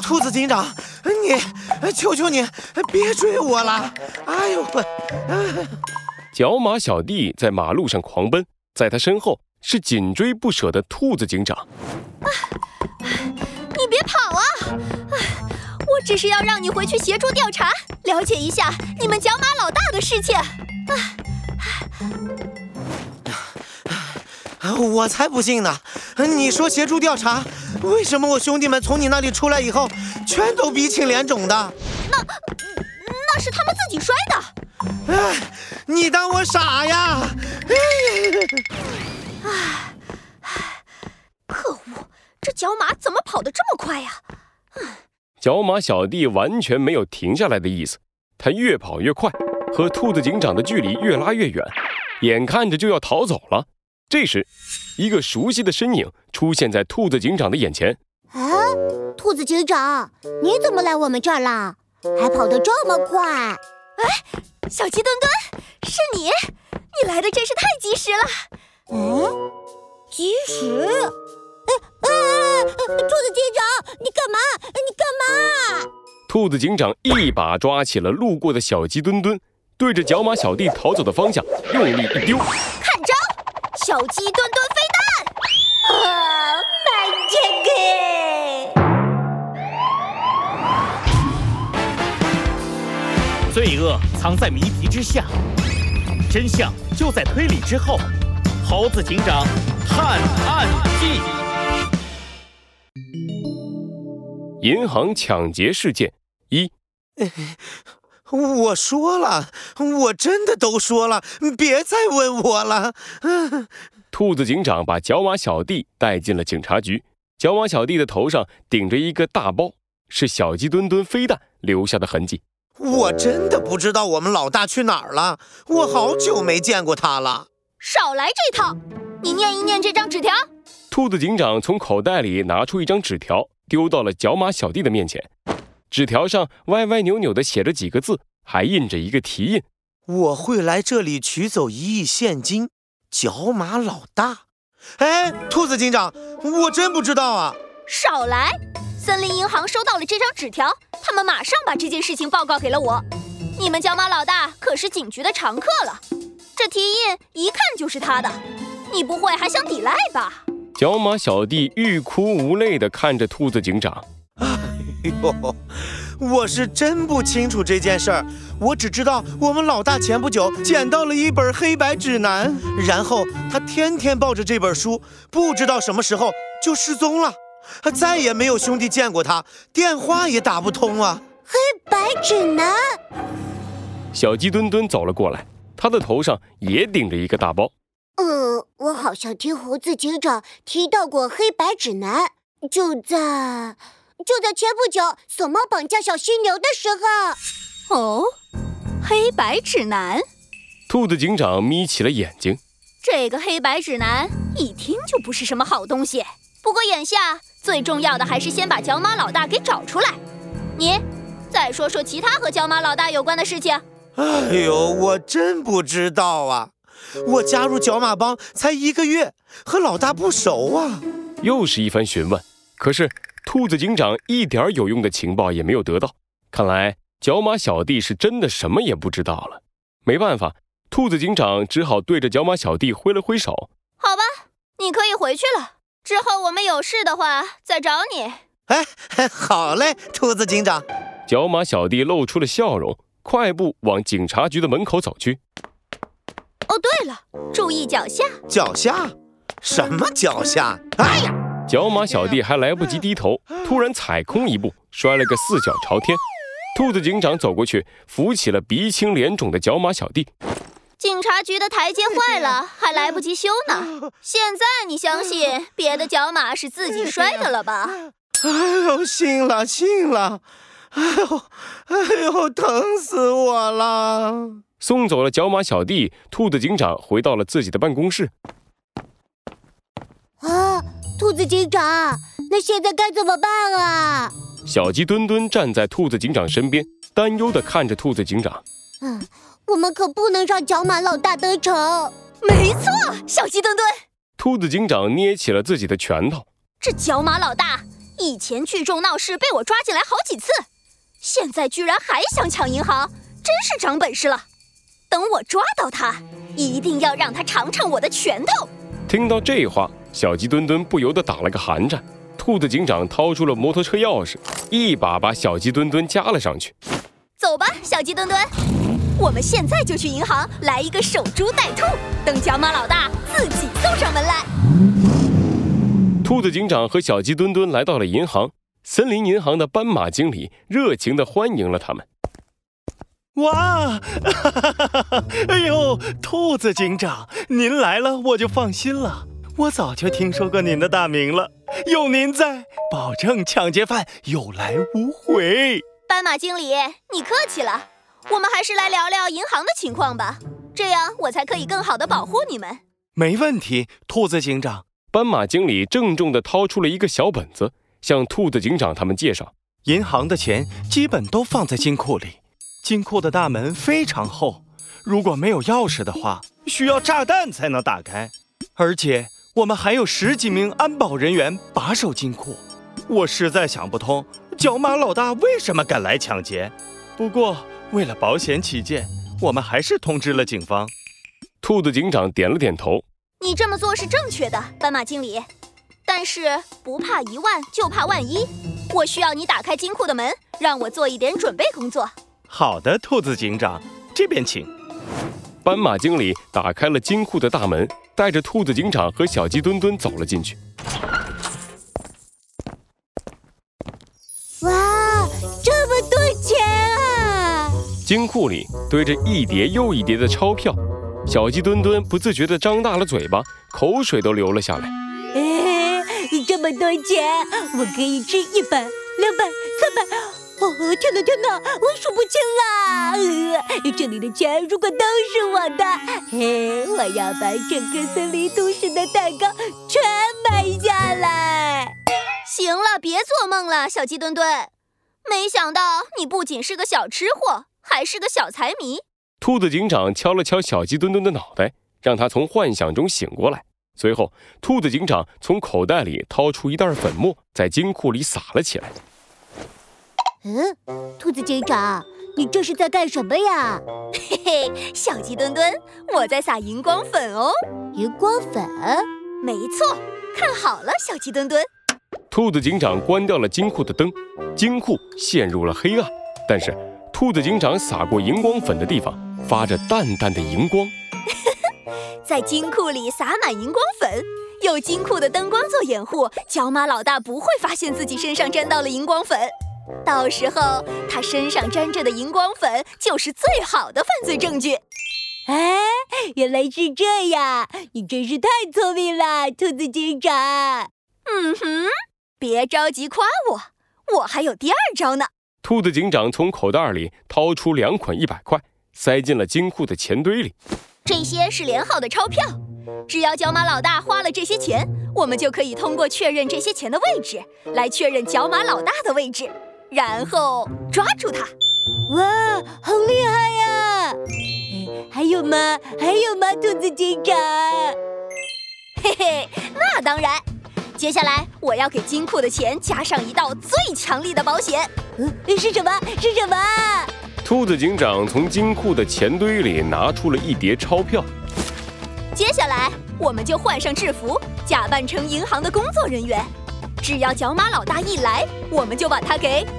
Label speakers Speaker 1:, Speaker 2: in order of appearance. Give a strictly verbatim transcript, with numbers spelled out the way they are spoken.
Speaker 1: 兔子警长，你求求你别追我了！哎呦我！
Speaker 2: 角马小弟在马路上狂奔，在他身后是紧追不舍的兔子警长。
Speaker 3: 啊，你别跑啊！我只是要让你回去协助调查，了解一下你们角马老大的事情。
Speaker 1: 我才不信呢！你说协助调查，为什么我兄弟们从你那里出来以后，全都鼻青脸肿的？
Speaker 3: 那那是他们自己摔的。
Speaker 1: 哎，你当我傻呀？
Speaker 3: 哎，可恶，这角马怎么跑得这么快呀？
Speaker 2: 角马小弟完全没有停下来的意思，他越跑越快，和兔子警长的距离越拉越远，眼看着就要逃走了。这时，一个熟悉的身影出现在兔子警长的眼前。
Speaker 4: 啊，兔子警长，你怎么来我们这儿了？还跑得这么快？
Speaker 3: 哎，小鸡墩墩，是你？你来的真是太及时了。
Speaker 4: 嗯，及时？哎哎，兔子警长，你干嘛？你干嘛？
Speaker 2: 兔子警长一把抓起了路过的小鸡墩墩，对着角马小弟逃走的方向用力一丢。
Speaker 3: 看招！小鸡墩墩飞弹！
Speaker 4: 啊，慢点
Speaker 5: 给！罪恶藏在谜题之下，真相就在推理之后。猴子警长探案记。
Speaker 2: 银行抢劫事件一。
Speaker 1: 我说了，我真的都说了，别再问我了。
Speaker 2: 兔子警长把角马小弟带进了警察局，角马小弟的头上顶着一个大包，是小鸡墩墩飞弹留下的痕迹。
Speaker 1: 我真的不知道我们老大去哪儿了，我好久没见过他了。
Speaker 3: 少来这套，你念一念这张纸条。
Speaker 2: 兔子警长从口袋里拿出一张纸条，丢到了角马小弟的面前。纸条上歪歪扭扭地写着几个字，还印着一个题印：
Speaker 1: 我会来这里取走一亿现金，角马老大。哎，兔子警长，我真不知道啊。
Speaker 3: 少来！森林银行收到了这张纸条，他们马上把这件事情报告给了我。你们角马老大可是警局的常客了，这题印一看就是他的，你不会还想抵赖吧？
Speaker 2: 角马小弟欲哭无泪地看着兔子警长。
Speaker 1: 哎呦，我是真不清楚这件事儿，我只知道我们老大前不久捡到了一本黑白指南，然后他天天抱着这本书，不知道什么时候就失踪了，再也没有兄弟见过他，电话也打不通啊。
Speaker 4: 黑白指南。
Speaker 2: 小鸡墩墩走了过来，他的头上也顶着一个大包。
Speaker 4: 呃，我好像听猴子警长提到过黑白指南，就在就在前不久索猫绑架小犀牛的时候。
Speaker 3: 哦，黑白指南。
Speaker 2: 兔子警长眯起了眼睛，
Speaker 3: 这个黑白指南一听就不是什么好东西。不过眼下最重要的还是先把角马老大给找出来。你再说说其他和角马老大有关的事情。
Speaker 1: 哎呦，我真不知道啊，我加入角马帮才一个月，和老大不熟啊。
Speaker 2: 又是一番询问，可是兔子警长一点有用的情报也没有得到。看来角马小弟是真的什么也不知道了。没办法，兔子警长只好对着角马小弟挥了挥手。
Speaker 3: 好吧，你可以回去了，之后我们有事的话再找你。
Speaker 1: 哎，好嘞，兔子警长。
Speaker 2: 角马小弟露出了笑容，快步往警察局的门口走去。
Speaker 3: 哦，对了，注意脚下。
Speaker 1: 脚下？什么脚下？哎呀！
Speaker 2: 角马小弟还来不及低头，突然踩空一步，摔了个四脚朝天。兔子警长走过去，扶起了鼻青脸肿的角马小弟。
Speaker 3: 警察局的台阶坏了，还来不及修呢。现在你相信别的角马是自己摔的了吧？
Speaker 1: 哎呦，信了信了！哎呦，哎呦，疼死我了！
Speaker 2: 送走了角马小弟，兔子警长回到了自己的办公室。
Speaker 4: 啊，兔子警长，那现在该怎么办啊？
Speaker 2: 小鸡墩墩站在兔子警长身边，担忧地看着兔子警长。
Speaker 4: 嗯，我们可不能让角马老大得逞。
Speaker 3: 没错，小鸡墩墩。
Speaker 2: 兔子警长捏起了自己的拳头。
Speaker 3: 这角马老大以前聚众闹事被我抓进来好几次，现在居然还想抢银行，真是长本事了。等我抓到他，一定要让他尝尝我的拳头。
Speaker 2: 听到这话，小鸡墩墩不由得打了个寒战。兔子警长掏出了摩托车钥匙，一把把小鸡墩墩夹了上去。
Speaker 3: 走吧，小鸡墩墩，我们现在就去银行来一个守株待兔，等角马老大自己送上门来。
Speaker 2: 兔子警长和小鸡墩墩来到了银行，森林银行的斑马经理热情地欢迎了他们。
Speaker 6: 哇，哈哈哈哈！哎呦，兔子警长，您来了我就放心了。我早就听说过您的大名了，有您在，保证抢劫犯有来无回。
Speaker 3: 斑马经理，你客气了，我们还是来聊聊银行的情况吧，这样我才可以更好地保护你们。
Speaker 6: 没问题，兔子警长。
Speaker 2: 斑马经理郑重地掏出了一个小本子，向兔子警长他们介绍：
Speaker 6: 银行的钱基本都放在金库里。金库的大门非常厚，如果没有钥匙的话，需要炸弹才能打开。而且我们还有十几名安保人员把守金库。我实在想不通，角马老大为什么敢来抢劫。不过为了保险起见，我们还是通知了警方。
Speaker 2: 兔子警长点了点头。
Speaker 3: 你这么做是正确的，斑马经理。但是不怕一万就怕万一，我需要你打开金库的门，让我做一点准备工作。
Speaker 6: 好的，兔子警长，这边请。
Speaker 2: 斑马经理打开了金库的大门，带着兔子警长和小鸡墩墩走了进去。
Speaker 4: 哇，这么多钱啊！
Speaker 2: 金库里堆着一叠又一叠的钞票，小鸡墩墩不自觉地张大了嘴巴，口水都流了下来。
Speaker 7: 哎，这么多钱，我可以吃一百、两百、三百。哦，天哪天哪，我数不清了！呃，这里的钱如果都是我的，嘿，我要把整个森林都市的蛋糕全买下来。
Speaker 3: 行了，别做梦了，小鸡墩墩。没想到你不仅是个小吃货，还是个小财迷。
Speaker 2: 兔子警长敲了敲小鸡墩墩的脑袋，让他从幻想中醒过来。随后，兔子警长从口袋里掏出一袋粉末，在金库里撒了起来。
Speaker 4: 嗯，兔子警长，你这是在干什么呀？
Speaker 3: 嘿嘿，小鸡墩墩，我在撒荧光粉哦。
Speaker 4: 荧光粉？
Speaker 3: 没错，看好了，小鸡墩墩。
Speaker 2: 兔子警长关掉了金库的灯，金库陷入了黑暗。但是，兔子警长撒过荧光粉的地方发着淡淡的荧光。
Speaker 3: 在金库里撒满荧光粉，有金库的灯光做掩护，角马老大不会发现自己身上沾到了荧光粉。到时候他身上沾着的荧光粉就是最好的犯罪证据。
Speaker 7: 哎，原来是这样，你真是太聪明了，兔子警长。
Speaker 3: 嗯哼，别着急夸我，我还有第二招呢。
Speaker 2: 兔子警长从口袋里掏出两捆一百块，塞进了金库的钱堆里。
Speaker 3: 这些是连号的钞票，只要角马老大花了这些钱，我们就可以通过确认这些钱的位置，来确认角马老大的位置，然后抓住他。
Speaker 7: 哇，好厉害呀！还有吗？还有吗，兔子警长？
Speaker 3: 嘿嘿，那当然。接下来我要给金库的钱加上一道最强力的保险。
Speaker 7: 嗯，是什么？是什么？
Speaker 2: 兔子警长从金库的钱堆里拿出了一叠钞票。
Speaker 3: 接下来我们就换上制服，假扮成银行的工作人员。只要角马老大一来，我们就把他给